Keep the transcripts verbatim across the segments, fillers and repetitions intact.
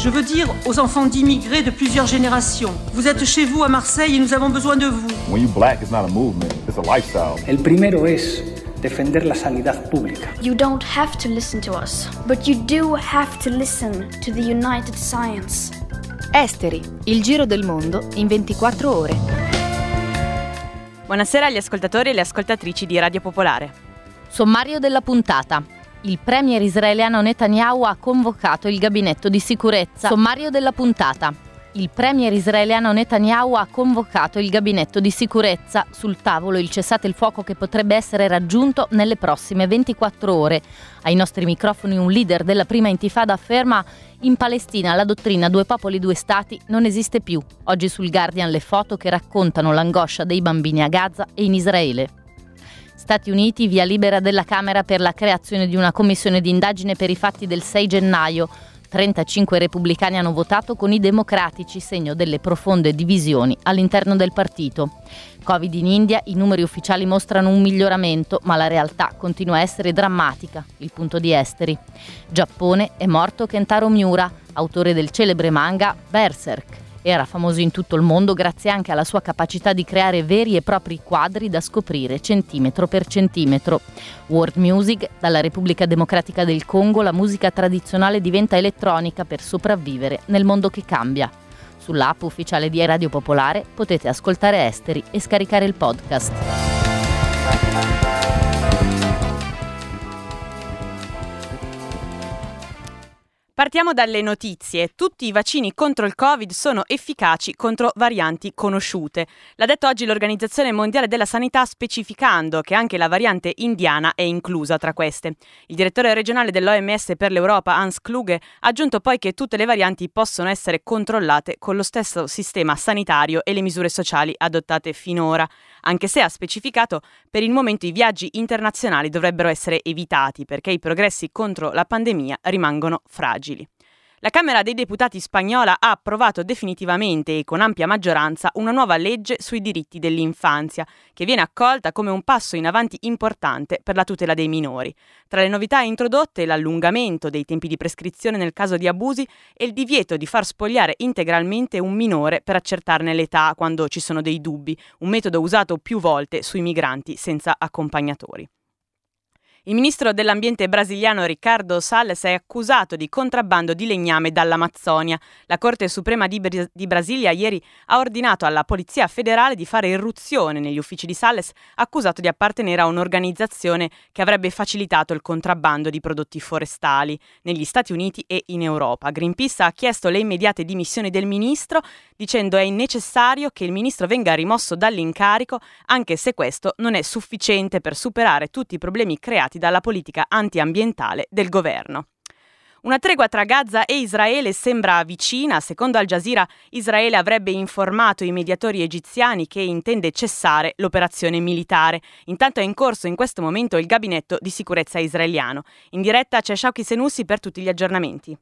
Je veux dire aux enfants d'immigrés de plusieurs générations. Vous êtes chez vous à Marseille et nous avons besoin de vous. When you black, it's not a movement, it's a lifestyle. El primero es defender la sanidad pública. You don't have to listen to us, but you do have to listen to the United Science. Esteri, il giro del mondo in ventiquattro ore. Buonasera agli ascoltatori e alle ascoltatrici di Radio Popolare. Sommario della puntata. Il premier israeliano Netanyahu ha convocato il gabinetto di sicurezza. Sommario della puntata. Il premier israeliano Netanyahu ha convocato il gabinetto di sicurezza. Sul tavolo il cessate il fuoco che potrebbe essere raggiunto nelle prossime ventiquattro ore. Ai nostri microfoni un leader della prima intifada afferma: in Palestina la dottrina due popoli due stati non esiste più. Oggi sul Guardian le foto che raccontano l'angoscia dei bambini a Gaza e in Israele. Stati Uniti, via libera della Camera per la creazione di una commissione di indagine per i fatti del sei gennaio. trentacinque repubblicani hanno votato con i democratici, segno delle profonde divisioni all'interno del partito. Covid in India, i numeri ufficiali mostrano un miglioramento, ma la realtà continua a essere drammatica. Il punto di Esteri. Giappone, è morto Kentaro Miura, autore del celebre manga Berserk. Era famoso in tutto il mondo grazie anche alla sua capacità di creare veri e propri quadri da scoprire centimetro per centimetro. World Music, dalla Repubblica Democratica del Congo la musica tradizionale diventa elettronica per sopravvivere nel mondo che cambia. Sull'app ufficiale di Radio Popolare potete ascoltare Esteri e scaricare il podcast. Partiamo dalle notizie. Tutti i vaccini contro il Covid sono efficaci contro varianti conosciute. L'ha detto oggi l'Organizzazione Mondiale della Sanità, specificando che anche la variante indiana è inclusa tra queste. Il direttore regionale dell'O M S per l'Europa, Hans Kluge, ha aggiunto poi che tutte le varianti possono essere controllate con lo stesso sistema sanitario e le misure sociali adottate finora, anche se ha specificato per il momento i viaggi internazionali dovrebbero essere evitati perché i progressi contro la pandemia rimangono fragili. La Camera dei Deputati spagnola ha approvato definitivamente e con ampia maggioranza una nuova legge sui diritti dell'infanzia, che viene accolta come un passo in avanti importante per la tutela dei minori. Tra le novità introdotte l'allungamento dei tempi di prescrizione nel caso di abusi e il divieto di far spogliare integralmente un minore per accertarne l'età quando ci sono dei dubbi, un metodo usato più volte sui migranti senza accompagnatori. Il ministro dell'ambiente brasiliano Ricardo Salles è accusato di contrabbando di legname dall'Amazzonia. La Corte Suprema di, Br- di Brasilia ieri ha ordinato alla Polizia Federale di fare irruzione negli uffici di Salles, accusato di appartenere a un'organizzazione che avrebbe facilitato il contrabbando di prodotti forestali negli Stati Uniti e in Europa. Greenpeace ha chiesto le immediate dimissioni del ministro, dicendo è necessario che il ministro venga rimosso dall'incarico, anche se questo non è sufficiente per superare tutti i problemi creati dalla politica antiambientale del governo. Una tregua tra Gaza e Israele sembra vicina. Secondo Al Jazeera, Israele avrebbe informato i mediatori egiziani che intende cessare l'operazione militare. Intanto è in corso in questo momento il gabinetto di sicurezza israeliano. In diretta c'è Shauki Senussi per tutti gli aggiornamenti.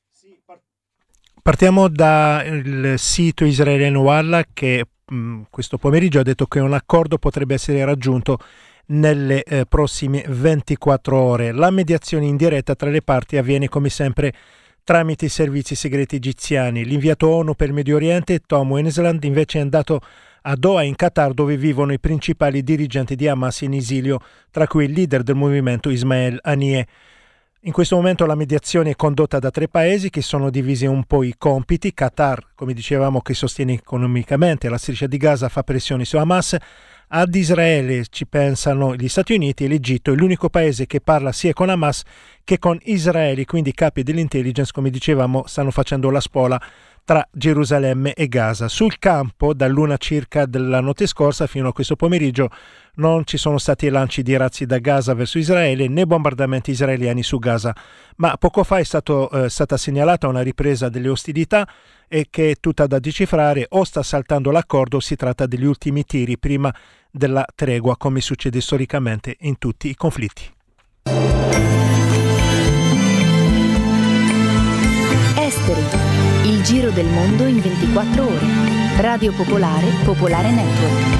Partiamo dal sito israeliano Walla che mh, questo pomeriggio ha detto che un accordo potrebbe essere raggiunto nelle eh, prossime ventiquattro ore. La mediazione in diretta tra le parti avviene come sempre tramite i servizi segreti egiziani. L'inviato ONU per il Medio Oriente, Tom Wennesland, invece è andato a Doha in Qatar, dove vivono i principali dirigenti di Hamas in esilio, tra cui il leader del movimento Ismail Haniyeh. In questo momento la mediazione è condotta da tre paesi che sono divisi un po' i compiti. Qatar, come dicevamo, che sostiene economicamente la striscia di Gaza, fa pressioni su Hamas. Ad Israele ci pensano gli Stati Uniti e l'Egitto è l'unico paese che parla sia con Hamas che con Israele, quindi i capi dell'intelligence, come dicevamo, stanno facendo la spola tra Gerusalemme e Gaza. Sul campo, dall'una circa della notte scorsa fino a questo pomeriggio, non ci sono stati lanci di razzi da Gaza verso Israele né bombardamenti israeliani su Gaza, ma poco fa è stato, eh, stata segnalata una ripresa delle ostilità e che è tutta da decifrare: o sta saltando l'accordo o si tratta degli ultimi tiri prima della tregua, come succede storicamente in tutti i conflitti. Esteri, il giro del mondo in ventiquattro ore. Radio Popolare, Popolare Network.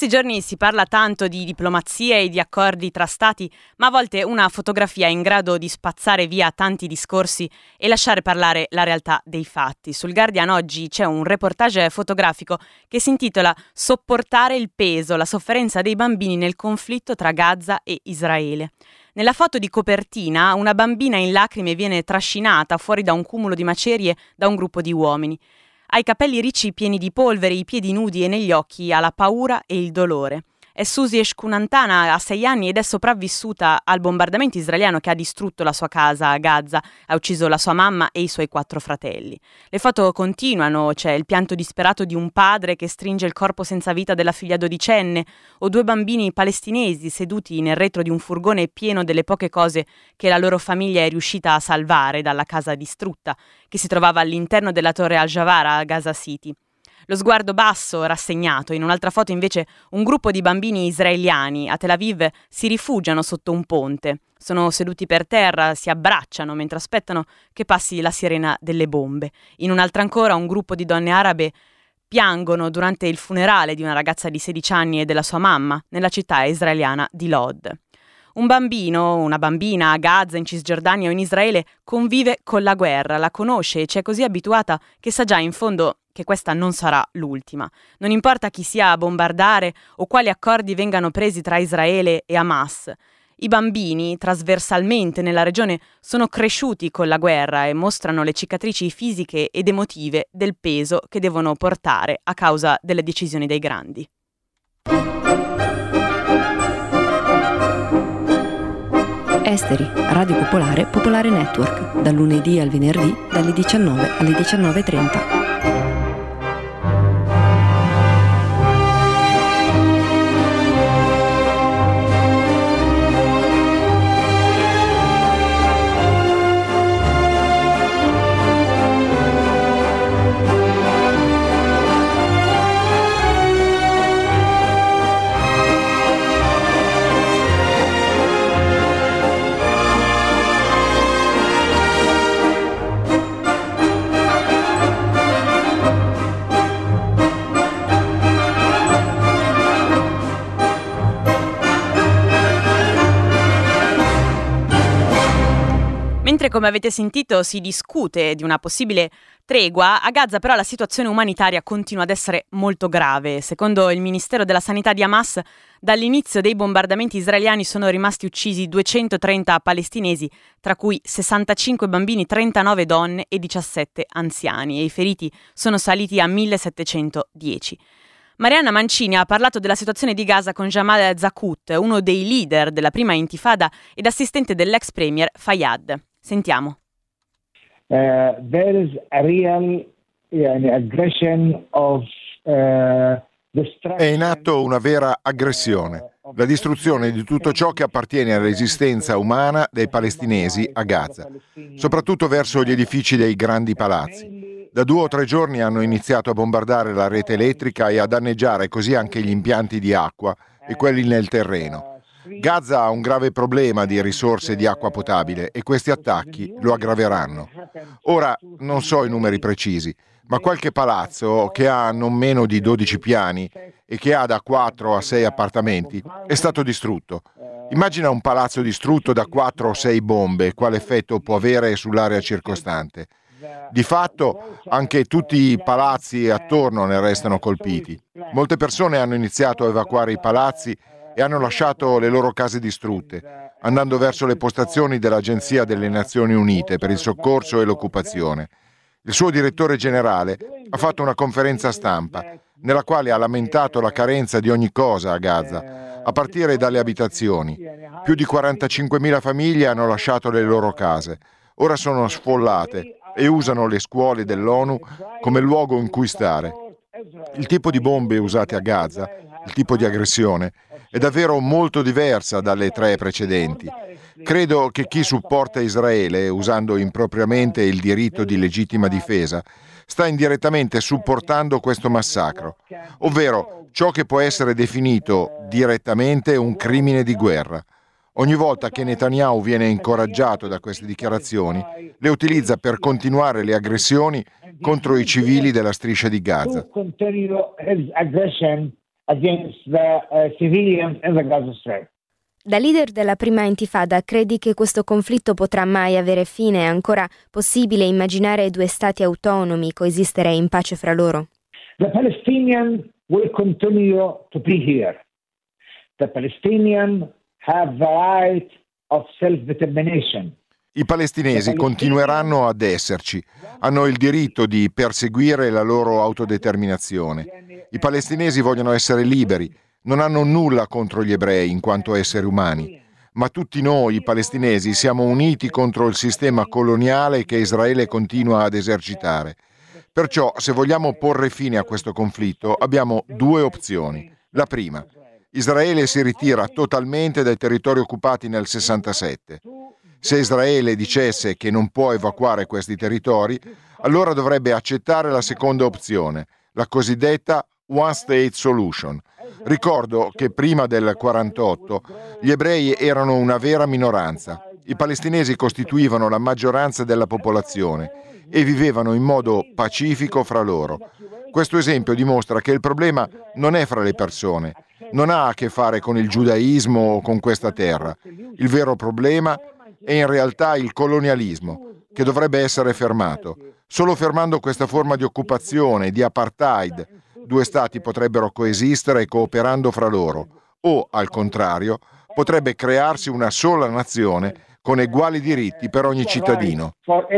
questi giorni si parla tanto di diplomazia e di accordi tra stati, ma a volte una fotografia è in grado di spazzare via tanti discorsi e lasciare parlare la realtà dei fatti. Sul Guardian oggi c'è un reportage fotografico che si intitola "Sopportare il peso, la sofferenza dei bambini nel conflitto tra Gaza e Israele". Nella foto di copertina una bambina in lacrime viene trascinata fuori da un cumulo di macerie da un gruppo di uomini. Ha i capelli ricci pieni di polvere, i piedi nudi e negli occhi ha la paura e il dolore. È Susie Shkunantana, ha sei anni ed è sopravvissuta al bombardamento israeliano che ha distrutto la sua casa a Gaza, ha ucciso la sua mamma e i suoi quattro fratelli. Le foto continuano, c'è il pianto disperato di un padre che stringe il corpo senza vita della figlia dodicenne, o due bambini palestinesi seduti nel retro di un furgone pieno delle poche cose che la loro famiglia è riuscita a salvare dalla casa distrutta, che si trovava all'interno della torre Al-Jawara a Gaza City. Lo sguardo basso, rassegnato. In un'altra foto invece un gruppo di bambini israeliani a Tel Aviv si rifugiano sotto un ponte. Sono seduti per terra, si abbracciano mentre aspettano che passi la sirena delle bombe. In un'altra ancora un gruppo di donne arabe piangono durante il funerale di una ragazza di sedici anni e della sua mamma nella città israeliana di Lod. Un bambino, una bambina a Gaza, in Cisgiordania o in Israele convive con la guerra, la conosce e ci è così abituata che sa già in fondo che questa non sarà l'ultima. Non importa chi sia a bombardare o quali accordi vengano presi tra Israele e Hamas. I bambini, trasversalmente nella regione, sono cresciuti con la guerra e mostrano le cicatrici fisiche ed emotive del peso che devono portare a causa delle decisioni dei grandi. Esteri, Radio Popolare, Popolare Network, dal lunedì al venerdì, dalle diciannove alle diciannove e trenta. Mentre, come avete sentito, si discute di una possibile tregua, a Gaza però la situazione umanitaria continua ad essere molto grave. Secondo il Ministero della Sanità di Hamas, dall'inizio dei bombardamenti israeliani sono rimasti uccisi duecentotrenta palestinesi, tra cui sessantacinque bambini, trentanove donne e diciassette anziani, e i feriti sono saliti a millesettecentodieci. Marianna Mancini ha parlato della situazione di Gaza con Jamal Zaghut, uno dei leader della prima intifada ed assistente dell'ex premier Fayyad. Sentiamo. Uh, there is a real uh, aggression of uh, È in atto una vera aggressione, la distruzione di tutto ciò che appartiene all'esistenza umana dei palestinesi a Gaza, soprattutto verso gli edifici dei grandi palazzi. Da due o tre giorni hanno iniziato a bombardare la rete elettrica e a danneggiare così anche gli impianti di acqua e quelli nel terreno. Gaza ha un grave problema di risorse di acqua potabile e questi attacchi lo aggraveranno. Ora non so i numeri precisi, ma qualche palazzo che ha non meno di dodici piani e che ha da quattro a sei appartamenti è stato distrutto. Immagina un palazzo distrutto da quattro o sei bombe, quale effetto può avere sull'area circostante. Di fatto anche tutti i palazzi attorno ne restano colpiti. Molte persone hanno iniziato a evacuare i palazzi e hanno lasciato le loro case distrutte, andando verso le postazioni dell'Agenzia delle Nazioni Unite per il soccorso e l'occupazione. Il suo direttore generale ha fatto una conferenza stampa nella quale ha lamentato la carenza di ogni cosa a Gaza, a partire dalle abitazioni. Più di quarantacinquemila famiglie hanno lasciato le loro case, ora sono sfollate e usano le scuole dell'ONU come luogo in cui stare. Il tipo di bombe usate a Gaza, il tipo di aggressione, è davvero molto diversa dalle tre precedenti. Credo che chi supporta Israele, usando impropriamente il diritto di legittima difesa, sta indirettamente supportando questo massacro, ovvero ciò che può essere definito direttamente un crimine di guerra. Ogni volta che Netanyahu viene incoraggiato da queste dichiarazioni, le utilizza per continuare le aggressioni contro i civili della striscia di Gaza. against the uh, civilians in the Gaza Strip. Da leader della prima intifada, credi che questo conflitto potrà mai avere fine? È ancora possibile immaginare due stati autonomi coesistere in pace fra loro? The Palestinians will continue to be here. The Palestinians have the right of self-determination. I palestinesi continueranno ad esserci, hanno il diritto di perseguire la loro autodeterminazione. I palestinesi vogliono essere liberi, non hanno nulla contro gli ebrei in quanto esseri umani, ma tutti noi, i palestinesi, siamo uniti contro il sistema coloniale che Israele continua ad esercitare. Perciò, se vogliamo porre fine a questo conflitto, abbiamo due opzioni. La prima, Israele si ritira totalmente dai territori occupati nel sessantasette. Se Israele dicesse che non può evacuare questi territori, allora dovrebbe accettare la seconda opzione, la cosiddetta One State Solution. Ricordo che prima del quarantotto gli ebrei erano una vera minoranza. I palestinesi costituivano la maggioranza della popolazione e vivevano in modo pacifico fra loro. Questo esempio dimostra che il problema non è fra le persone, non ha a che fare con il giudaismo o con questa terra. Il vero problema è in realtà il colonialismo, che dovrebbe essere fermato. Solo fermando questa forma di occupazione, di apartheid, due stati potrebbero coesistere cooperando fra loro, o, al contrario, potrebbe crearsi una sola nazione con uguali diritti per ogni cittadino.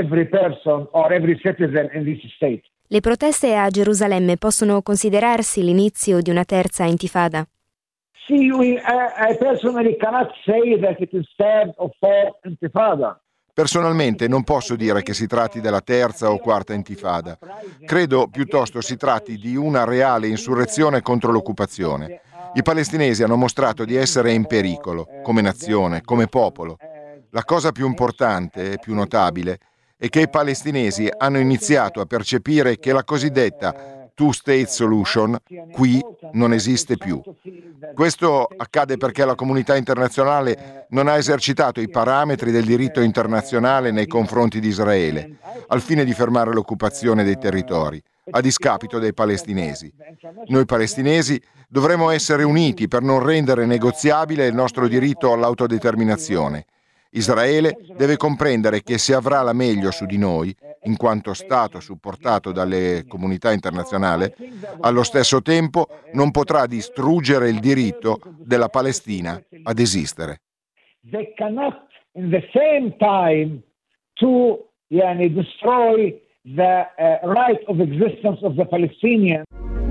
Le proteste a Gerusalemme possono considerarsi l'inizio di una terza intifada? See, we, I, I personally cannot say that it is third or fourth intifada. Personalmente non posso dire che si tratti della terza o quarta intifada. Credo piuttosto si tratti di una reale insurrezione contro l'occupazione. I palestinesi hanno mostrato di essere in pericolo, come nazione, come popolo. La cosa più importante e più notabile è che i palestinesi hanno iniziato a percepire che la cosiddetta Two-State Solution qui non esiste più. Questo accade perché la comunità internazionale non ha esercitato i parametri del diritto internazionale nei confronti di Israele, al fine di fermare l'occupazione dei territori, a discapito dei palestinesi. Noi palestinesi dovremo essere uniti per non rendere negoziabile il nostro diritto all'autodeterminazione. Israele deve comprendere che se avrà la meglio su di noi, in quanto Stato supportato dalle comunità internazionali, allo stesso tempo non potrà distruggere il diritto della Palestina ad esistere. They cannot, in the same time, to yani, destroy the uh, right of existence of the Palestinians.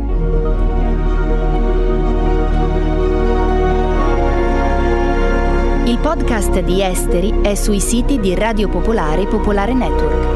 Il podcast di Esteri è sui siti di Radio Popolare e Popolare Network.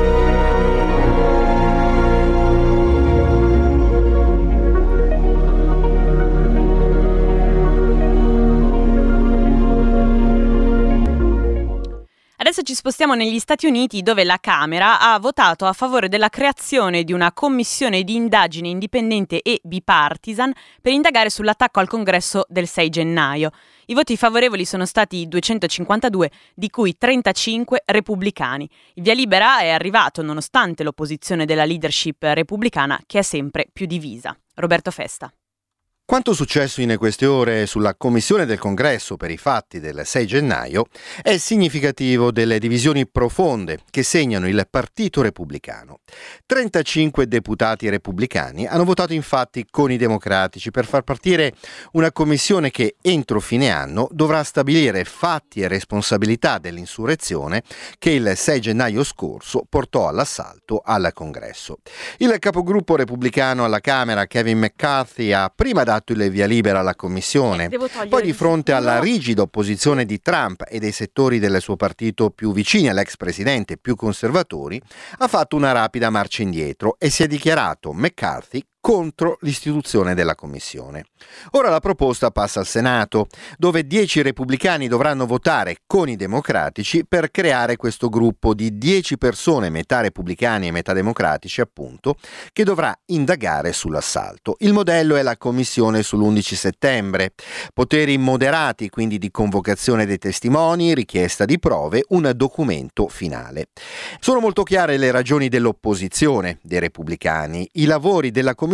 Adesso ci spostiamo negli Stati Uniti, dove la Camera ha votato a favore della creazione di una commissione di indagine indipendente e bipartisan per indagare sull'attacco al Congresso del sei gennaio. I voti favorevoli sono stati duecentocinquantadue, di cui trentacinque repubblicani. Il via libera è arrivato nonostante l'opposizione della leadership repubblicana, che è sempre più divisa. Roberto Festa. Quanto successo in queste ore sulla Commissione del Congresso per i fatti del sei gennaio è significativo delle divisioni profonde che segnano il Partito Repubblicano. trentacinque deputati repubblicani hanno votato infatti con i democratici per far partire una commissione che entro fine anno dovrà stabilire fatti e responsabilità dell'insurrezione che il sei gennaio scorso portò all'assalto al Congresso. Il capogruppo repubblicano alla Camera, Kevin McCarthy, ha prima dato il via libera alla commissione, eh, poi di fronte alla rigida opposizione di Trump e dei settori del suo partito più vicini all'ex presidente, più conservatori, ha fatto una rapida marcia indietro e si è dichiarato McCarthy contro l'istituzione della commissione. Ora la proposta passa al Senato, dove dieci repubblicani dovranno votare con i democratici per creare questo gruppo di dieci persone, metà repubblicani e metà democratici appunto, che dovrà indagare sull'assalto. Il modello è la commissione sull'undici settembre. Poteri moderati, quindi di convocazione dei testimoni, richiesta di prove, un documento finale. Sono molto chiare le ragioni dell'opposizione dei repubblicani. I lavori della commissione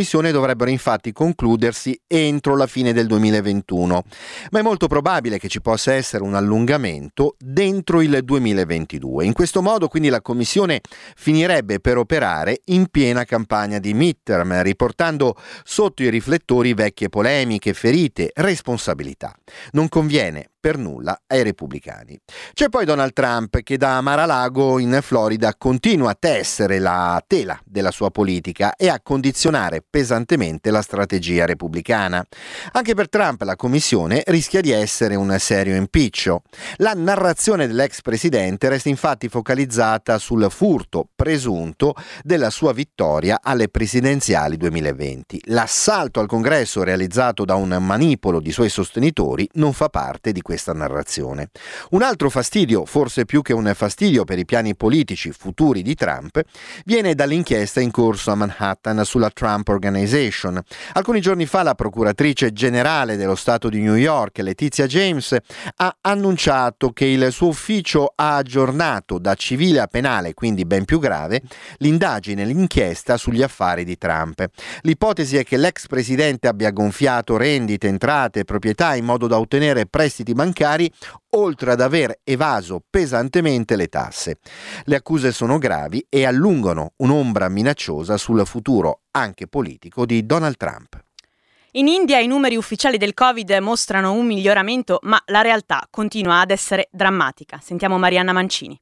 commissione dovrebbero infatti concludersi entro la fine del duemilaventuno, ma è molto probabile che ci possa essere un allungamento dentro il duemilaventidue. In questo modo quindi la commissione finirebbe per operare in piena campagna di midterm, riportando sotto i riflettori vecchie polemiche, ferite, responsabilità. Non conviene per nulla ai repubblicani. C'è poi Donald Trump che da Mar-a-Lago in Florida continua a tessere la tela della sua politica e a condizionare pesantemente la strategia repubblicana. Anche per Trump la commissione rischia di essere un serio impiccio. La narrazione dell'ex presidente resta infatti focalizzata sul furto presunto della sua vittoria alle presidenziali duemilaventi. L'assalto al Congresso realizzato da un manipolo di suoi sostenitori non fa parte di questa narrazione. Un altro fastidio, forse più che un fastidio per i piani politici futuri di Trump, viene dall'inchiesta in corso a Manhattan sulla Trump Organization. Alcuni giorni fa la procuratrice generale dello Stato di New York, Letizia James, ha annunciato che il suo ufficio ha aggiornato da civile a penale, quindi ben più grave, l'indagine, l'inchiesta sugli affari di Trump. L'ipotesi è che l'ex presidente abbia gonfiato rendite, entrate e proprietà in modo da ottenere prestiti bancari, oltre ad aver evaso pesantemente le tasse. Le accuse sono gravi e allungano un'ombra minacciosa sul futuro anche politico di Donald Trump. In India i numeri ufficiali del Covid mostrano un miglioramento, ma la realtà continua ad essere drammatica. Sentiamo Marianna Mancini.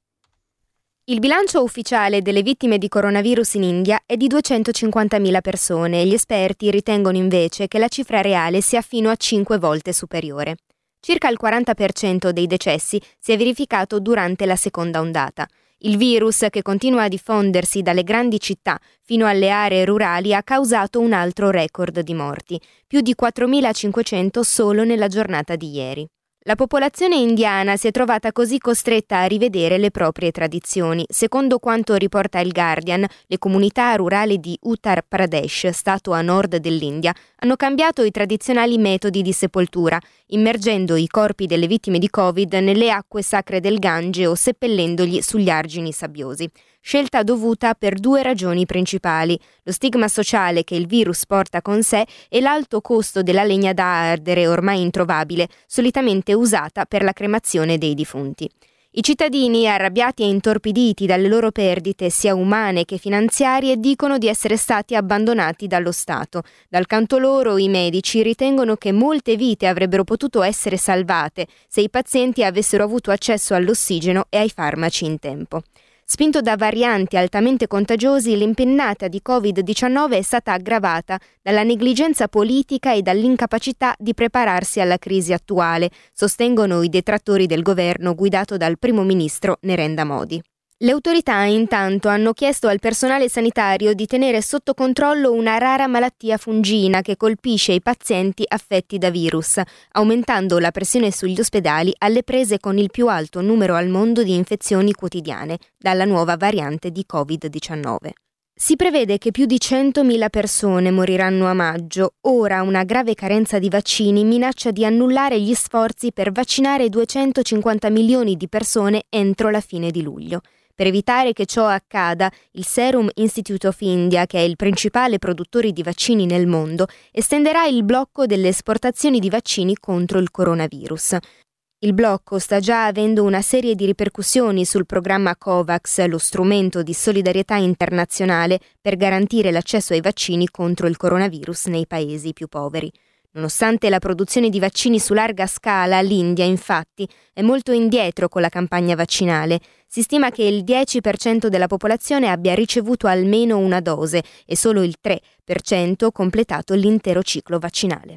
Il bilancio ufficiale delle vittime di coronavirus in India è di duecentocinquantamila persone e gli esperti ritengono invece che la cifra reale sia fino a cinque volte superiore. Circa il quaranta per cento dei decessi si è verificato durante la seconda ondata. Il virus, che continua a diffondersi dalle grandi città fino alle aree rurali, ha causato un altro record di morti, più di quattromilacinquecento solo nella giornata di ieri. La popolazione indiana si è trovata così costretta a rivedere le proprie tradizioni. Secondo quanto riporta il Guardian, le comunità rurali di Uttar Pradesh, stato a nord dell'India, hanno cambiato i tradizionali metodi di sepoltura, immergendo i corpi delle vittime di Covid nelle acque sacre del Gange o seppellendoli sugli argini sabbiosi. Scelta dovuta per due ragioni principali: lo stigma sociale che il virus porta con sé e l'alto costo della legna da ardere ormai introvabile, solitamente usata per la cremazione dei defunti. I cittadini, arrabbiati e intorpiditi dalle loro perdite sia umane che finanziarie, dicono di essere stati abbandonati dallo Stato. Dal canto loro, i medici ritengono che molte vite avrebbero potuto essere salvate se i pazienti avessero avuto accesso all'ossigeno e ai farmaci in tempo. Spinto da varianti altamente contagiosi, l'impennata di covid diciannove è stata aggravata dalla negligenza politica e dall'incapacità di prepararsi alla crisi attuale, sostengono i detrattori del governo guidato dal primo ministro Narendra Modi. Le autorità intanto hanno chiesto al personale sanitario di tenere sotto controllo una rara malattia fungina che colpisce i pazienti affetti da virus, aumentando la pressione sugli ospedali alle prese con il più alto numero al mondo di infezioni quotidiane dalla nuova variante di covid diciannove. Si prevede che più di centomila persone moriranno a maggio. Ora una grave carenza di vaccini minaccia di annullare gli sforzi per vaccinare duecentocinquanta milioni di persone entro la fine di luglio. Per evitare che ciò accada, il Serum Institute of India, che è il principale produttore di vaccini nel mondo, estenderà il blocco delle esportazioni di vaccini contro il coronavirus. Il blocco sta già avendo una serie di ripercussioni sul programma COVAX, lo strumento di solidarietà internazionale per garantire l'accesso ai vaccini contro il coronavirus nei paesi più poveri. Nonostante la produzione di vaccini su larga scala, l'India, infatti, è molto indietro con la campagna vaccinale. Si stima che il dieci per cento della popolazione abbia ricevuto almeno una dose e solo il tre per cento completato l'intero ciclo vaccinale.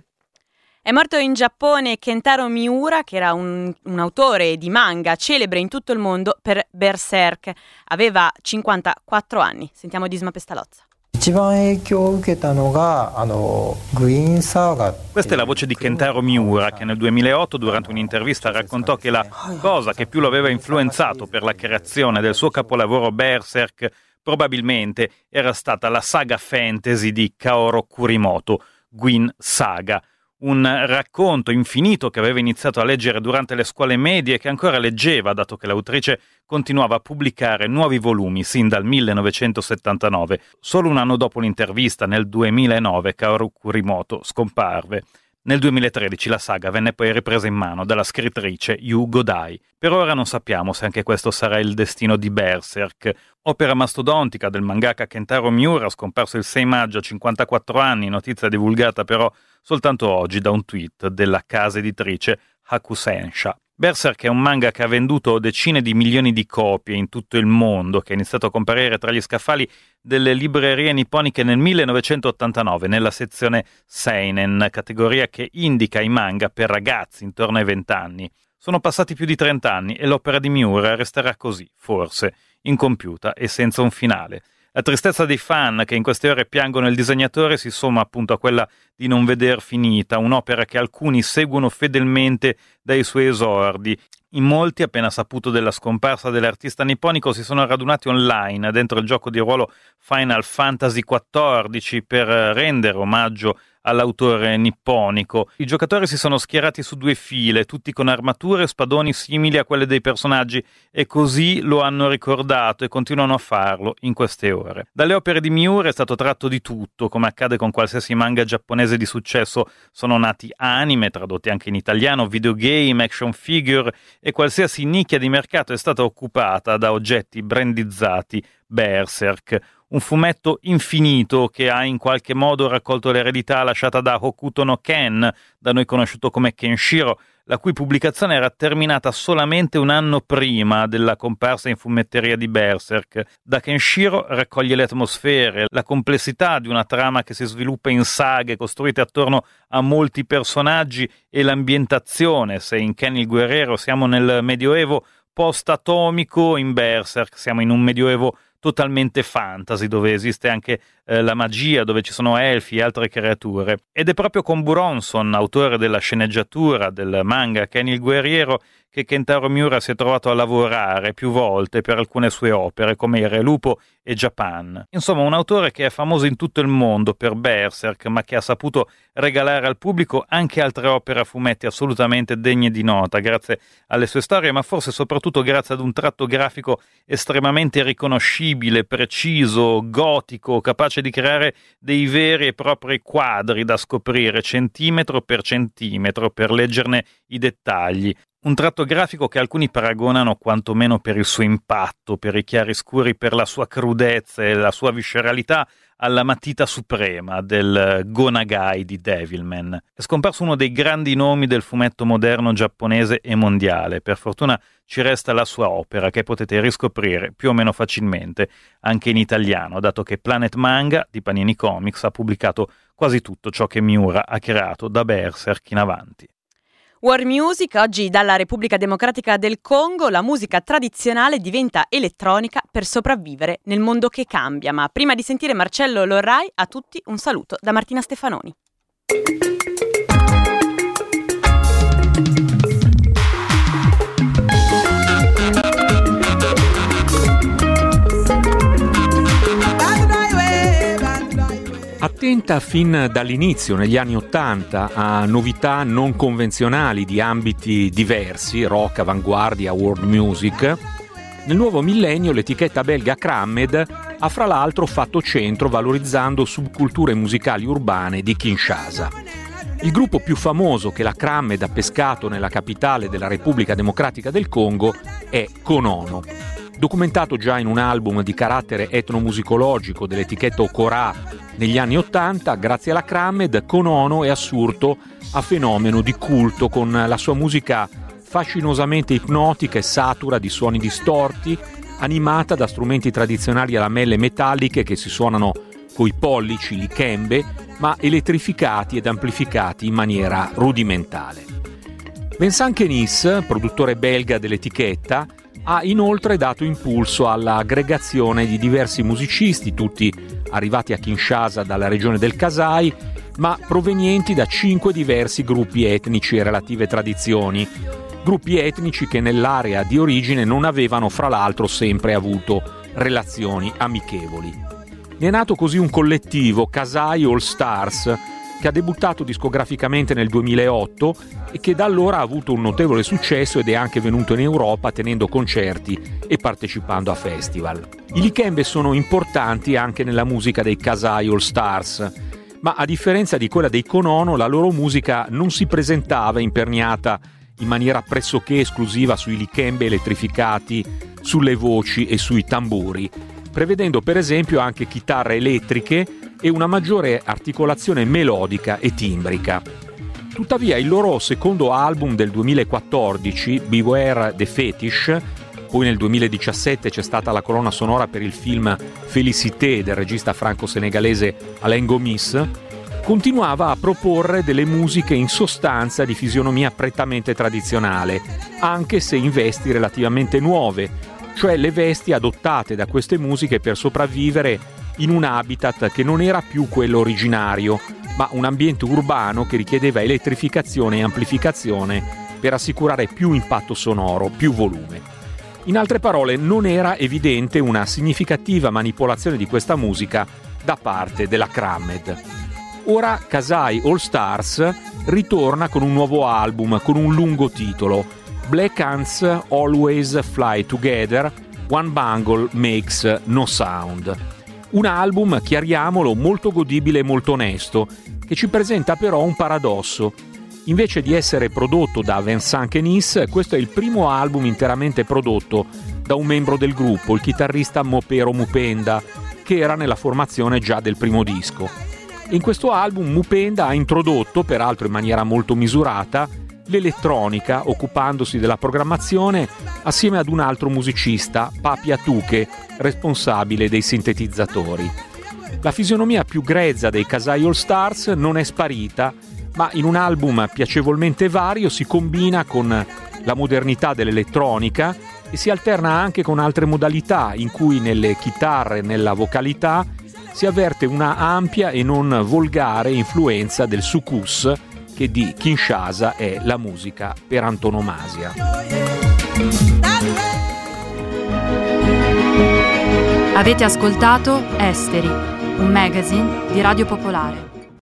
È morto in Giappone Kentaro Miura, che era un, un autore di manga celebre in tutto il mondo per Berserk. Aveva cinquantaquattro anni. Sentiamo Disma Pestalozza. Questa è la voce di Kentaro Miura, che nel duemilaotto durante un'intervista raccontò che la cosa che più lo aveva influenzato per la creazione del suo capolavoro Berserk probabilmente era stata la saga fantasy di Kaoru Kurimoto, Gwyn Saga, un racconto infinito che aveva iniziato a leggere durante le scuole medie e che ancora leggeva, dato che l'autrice continuava a pubblicare nuovi volumi sin dal millenovecentosettantanove. Solo un anno dopo l'intervista, nel duemilanove, Kaoru Kurimoto scomparve. Nel duemilatredici la saga venne poi ripresa in mano dalla scrittrice Yu Godai. Per ora non sappiamo se anche questo sarà il destino di Berserk, opera mastodontica del mangaka Kentaro Miura, scomparso il sei maggio a cinquantaquattro anni, notizia divulgata però soltanto oggi da un tweet della casa editrice Hakusensha. Berserk è un manga che ha venduto decine di milioni di copie in tutto il mondo, che è iniziato a comparire tra gli scaffali delle librerie nipponiche nel millenovecentottantanove nella sezione Seinen, categoria che indica i manga per ragazzi intorno ai venti anni. Sono passati più di trenta anni e l'opera di Miura resterà così, forse, incompiuta e senza un finale. La tristezza dei fan che in queste ore piangono il disegnatore si somma appunto a quella di non veder finita un'opera che alcuni seguono fedelmente dai suoi esordi. In molti, appena saputo della scomparsa dell'artista nipponico, si sono radunati online dentro il gioco di ruolo Final Fantasy quattordici per rendere omaggio all'autore nipponico. I giocatori si sono schierati su due file, tutti con armature e spadoni simili a quelle dei personaggi, e così lo hanno ricordato e continuano a farlo in queste ore. Dalle opere di Miura è stato tratto di tutto, come accade con qualsiasi manga giapponese di successo. Sono nati anime, tradotti anche in italiano, videogame, action figure, e qualsiasi nicchia di mercato è stata occupata da oggetti brandizzati Berserk. Un fumetto infinito che ha in qualche modo raccolto l'eredità lasciata da Hokuto no Ken, da noi conosciuto come Kenshiro, la cui pubblicazione era terminata solamente un anno prima della comparsa in fumetteria di Berserk. Da Kenshiro raccoglie le atmosfere, la complessità di una trama che si sviluppa in saghe costruite attorno a molti personaggi e l'ambientazione. Se in Ken il guerriero siamo nel medioevo post-atomico, in Berserk siamo in un medioevo totalmente fantasy, dove esiste anche eh, la magia, dove ci sono elfi e altre creature. Ed è proprio con Buronson, autore della sceneggiatura del manga Ken il guerriero, che Kentaro Miura si è trovato a lavorare più volte per alcune sue opere, come Il Re Lupo e Japan. Insomma, un autore che è famoso in tutto il mondo per Berserk, ma che ha saputo regalare al pubblico anche altre opere a fumetti assolutamente degne di nota, grazie alle sue storie, ma forse soprattutto grazie ad un tratto grafico estremamente riconoscibile, preciso, gotico, capace di creare dei veri e propri quadri da scoprire centimetro per centimetro per leggerne i dettagli. Un tratto grafico che alcuni paragonano quantomeno per il suo impatto, per i chiaroscuri, per la sua crudezza e la sua visceralità, alla matita suprema del Go Nagai di Devilman. È scomparso uno dei grandi nomi del fumetto moderno giapponese e mondiale. Per fortuna ci resta la sua opera, che potete riscoprire più o meno facilmente anche in italiano, dato che Planet Manga di Panini Comics ha pubblicato quasi tutto ciò che Miura ha creato da Berserk in avanti. War Music, oggi dalla Repubblica Democratica del Congo, la musica tradizionale diventa elettronica per sopravvivere nel mondo che cambia. Ma prima di sentire Marcello Lorrai, a tutti un saluto da Martina Stefanoni. Attenta fin dall'inizio, negli anni Ottanta, a novità non convenzionali di ambiti diversi, rock, avanguardia, world music, nel nuovo millennio l'etichetta belga Crammed ha fra l'altro fatto centro valorizzando subculture musicali urbane di Kinshasa. Il gruppo più famoso che la Crammed ha pescato nella capitale della Repubblica Democratica del Congo è Konono. Documentato già in un album di carattere etnomusicologico dell'etichetta Okora negli anni Ottanta, grazie alla Crammed, Konono è assurto a fenomeno di culto con la sua musica fascinosamente ipnotica e satura di suoni distorti, animata da strumenti tradizionali a lamelle metalliche che si suonano coi pollici, l'ikembe, ma elettrificati ed amplificati in maniera rudimentale. Vincent Kenis, produttore belga dell'etichetta, ha inoltre dato impulso all'aggregazione di diversi musicisti, tutti arrivati a Kinshasa dalla regione del Kasai, ma provenienti da cinque diversi gruppi etnici e relative tradizioni, gruppi etnici che nell'area di origine non avevano fra l'altro sempre avuto relazioni amichevoli. Ne è nato così un collettivo, Kasai All Stars, che ha debuttato discograficamente nel duemilaotto e che da allora ha avuto un notevole successo ed è anche venuto in Europa tenendo concerti e partecipando a festival. I Likembe sono importanti anche nella musica dei Kasai All Stars, ma a differenza di quella dei Konono la loro musica non si presentava imperniata in maniera pressoché esclusiva sui Likembe elettrificati, sulle voci e sui tamburi, prevedendo per esempio anche chitarre elettriche e una maggiore articolazione melodica e timbrica. Tuttavia il loro secondo album del duemilaquattordici, Beware the Fetish, poi nel duemiladiciassette c'è stata la colonna sonora per il film Félicité del regista franco-senegalese Alain Gomis, continuava a proporre delle musiche in sostanza di fisionomia prettamente tradizionale, anche se in vesti relativamente nuove, cioè le vesti adottate da queste musiche per sopravvivere in un habitat che non era più quello originario, ma un ambiente urbano che richiedeva elettrificazione e amplificazione per assicurare più impatto sonoro, più volume. In altre parole, non era evidente una significativa manipolazione di questa musica da parte della Crammed. Ora Kasai All Stars ritorna con un nuovo album con un lungo titolo, Black Ants Always Fly Together, One Bungle Makes No Sound. Un album, chiariamolo, molto godibile e molto onesto, che ci presenta però un paradosso. Invece di essere prodotto da Vincent Kenis, questo è il primo album interamente prodotto da un membro del gruppo, il chitarrista Mopero Mupenda, che era nella formazione già del primo disco. In questo album Mupenda ha introdotto, peraltro in maniera molto misurata, l'elettronica, occupandosi della programmazione assieme ad un altro musicista, Papi Atuke, responsabile dei sintetizzatori. La fisionomia più grezza dei Kasai All Stars non è sparita, ma in un album piacevolmente vario si combina con la modernità dell'elettronica e si alterna anche con altre modalità in cui nelle chitarre e nella vocalità si avverte una ampia e non volgare influenza del soukous, che di Kinshasa è la musica per antonomasia. Avete ascoltato Esteri, un magazine di Radio Popolare.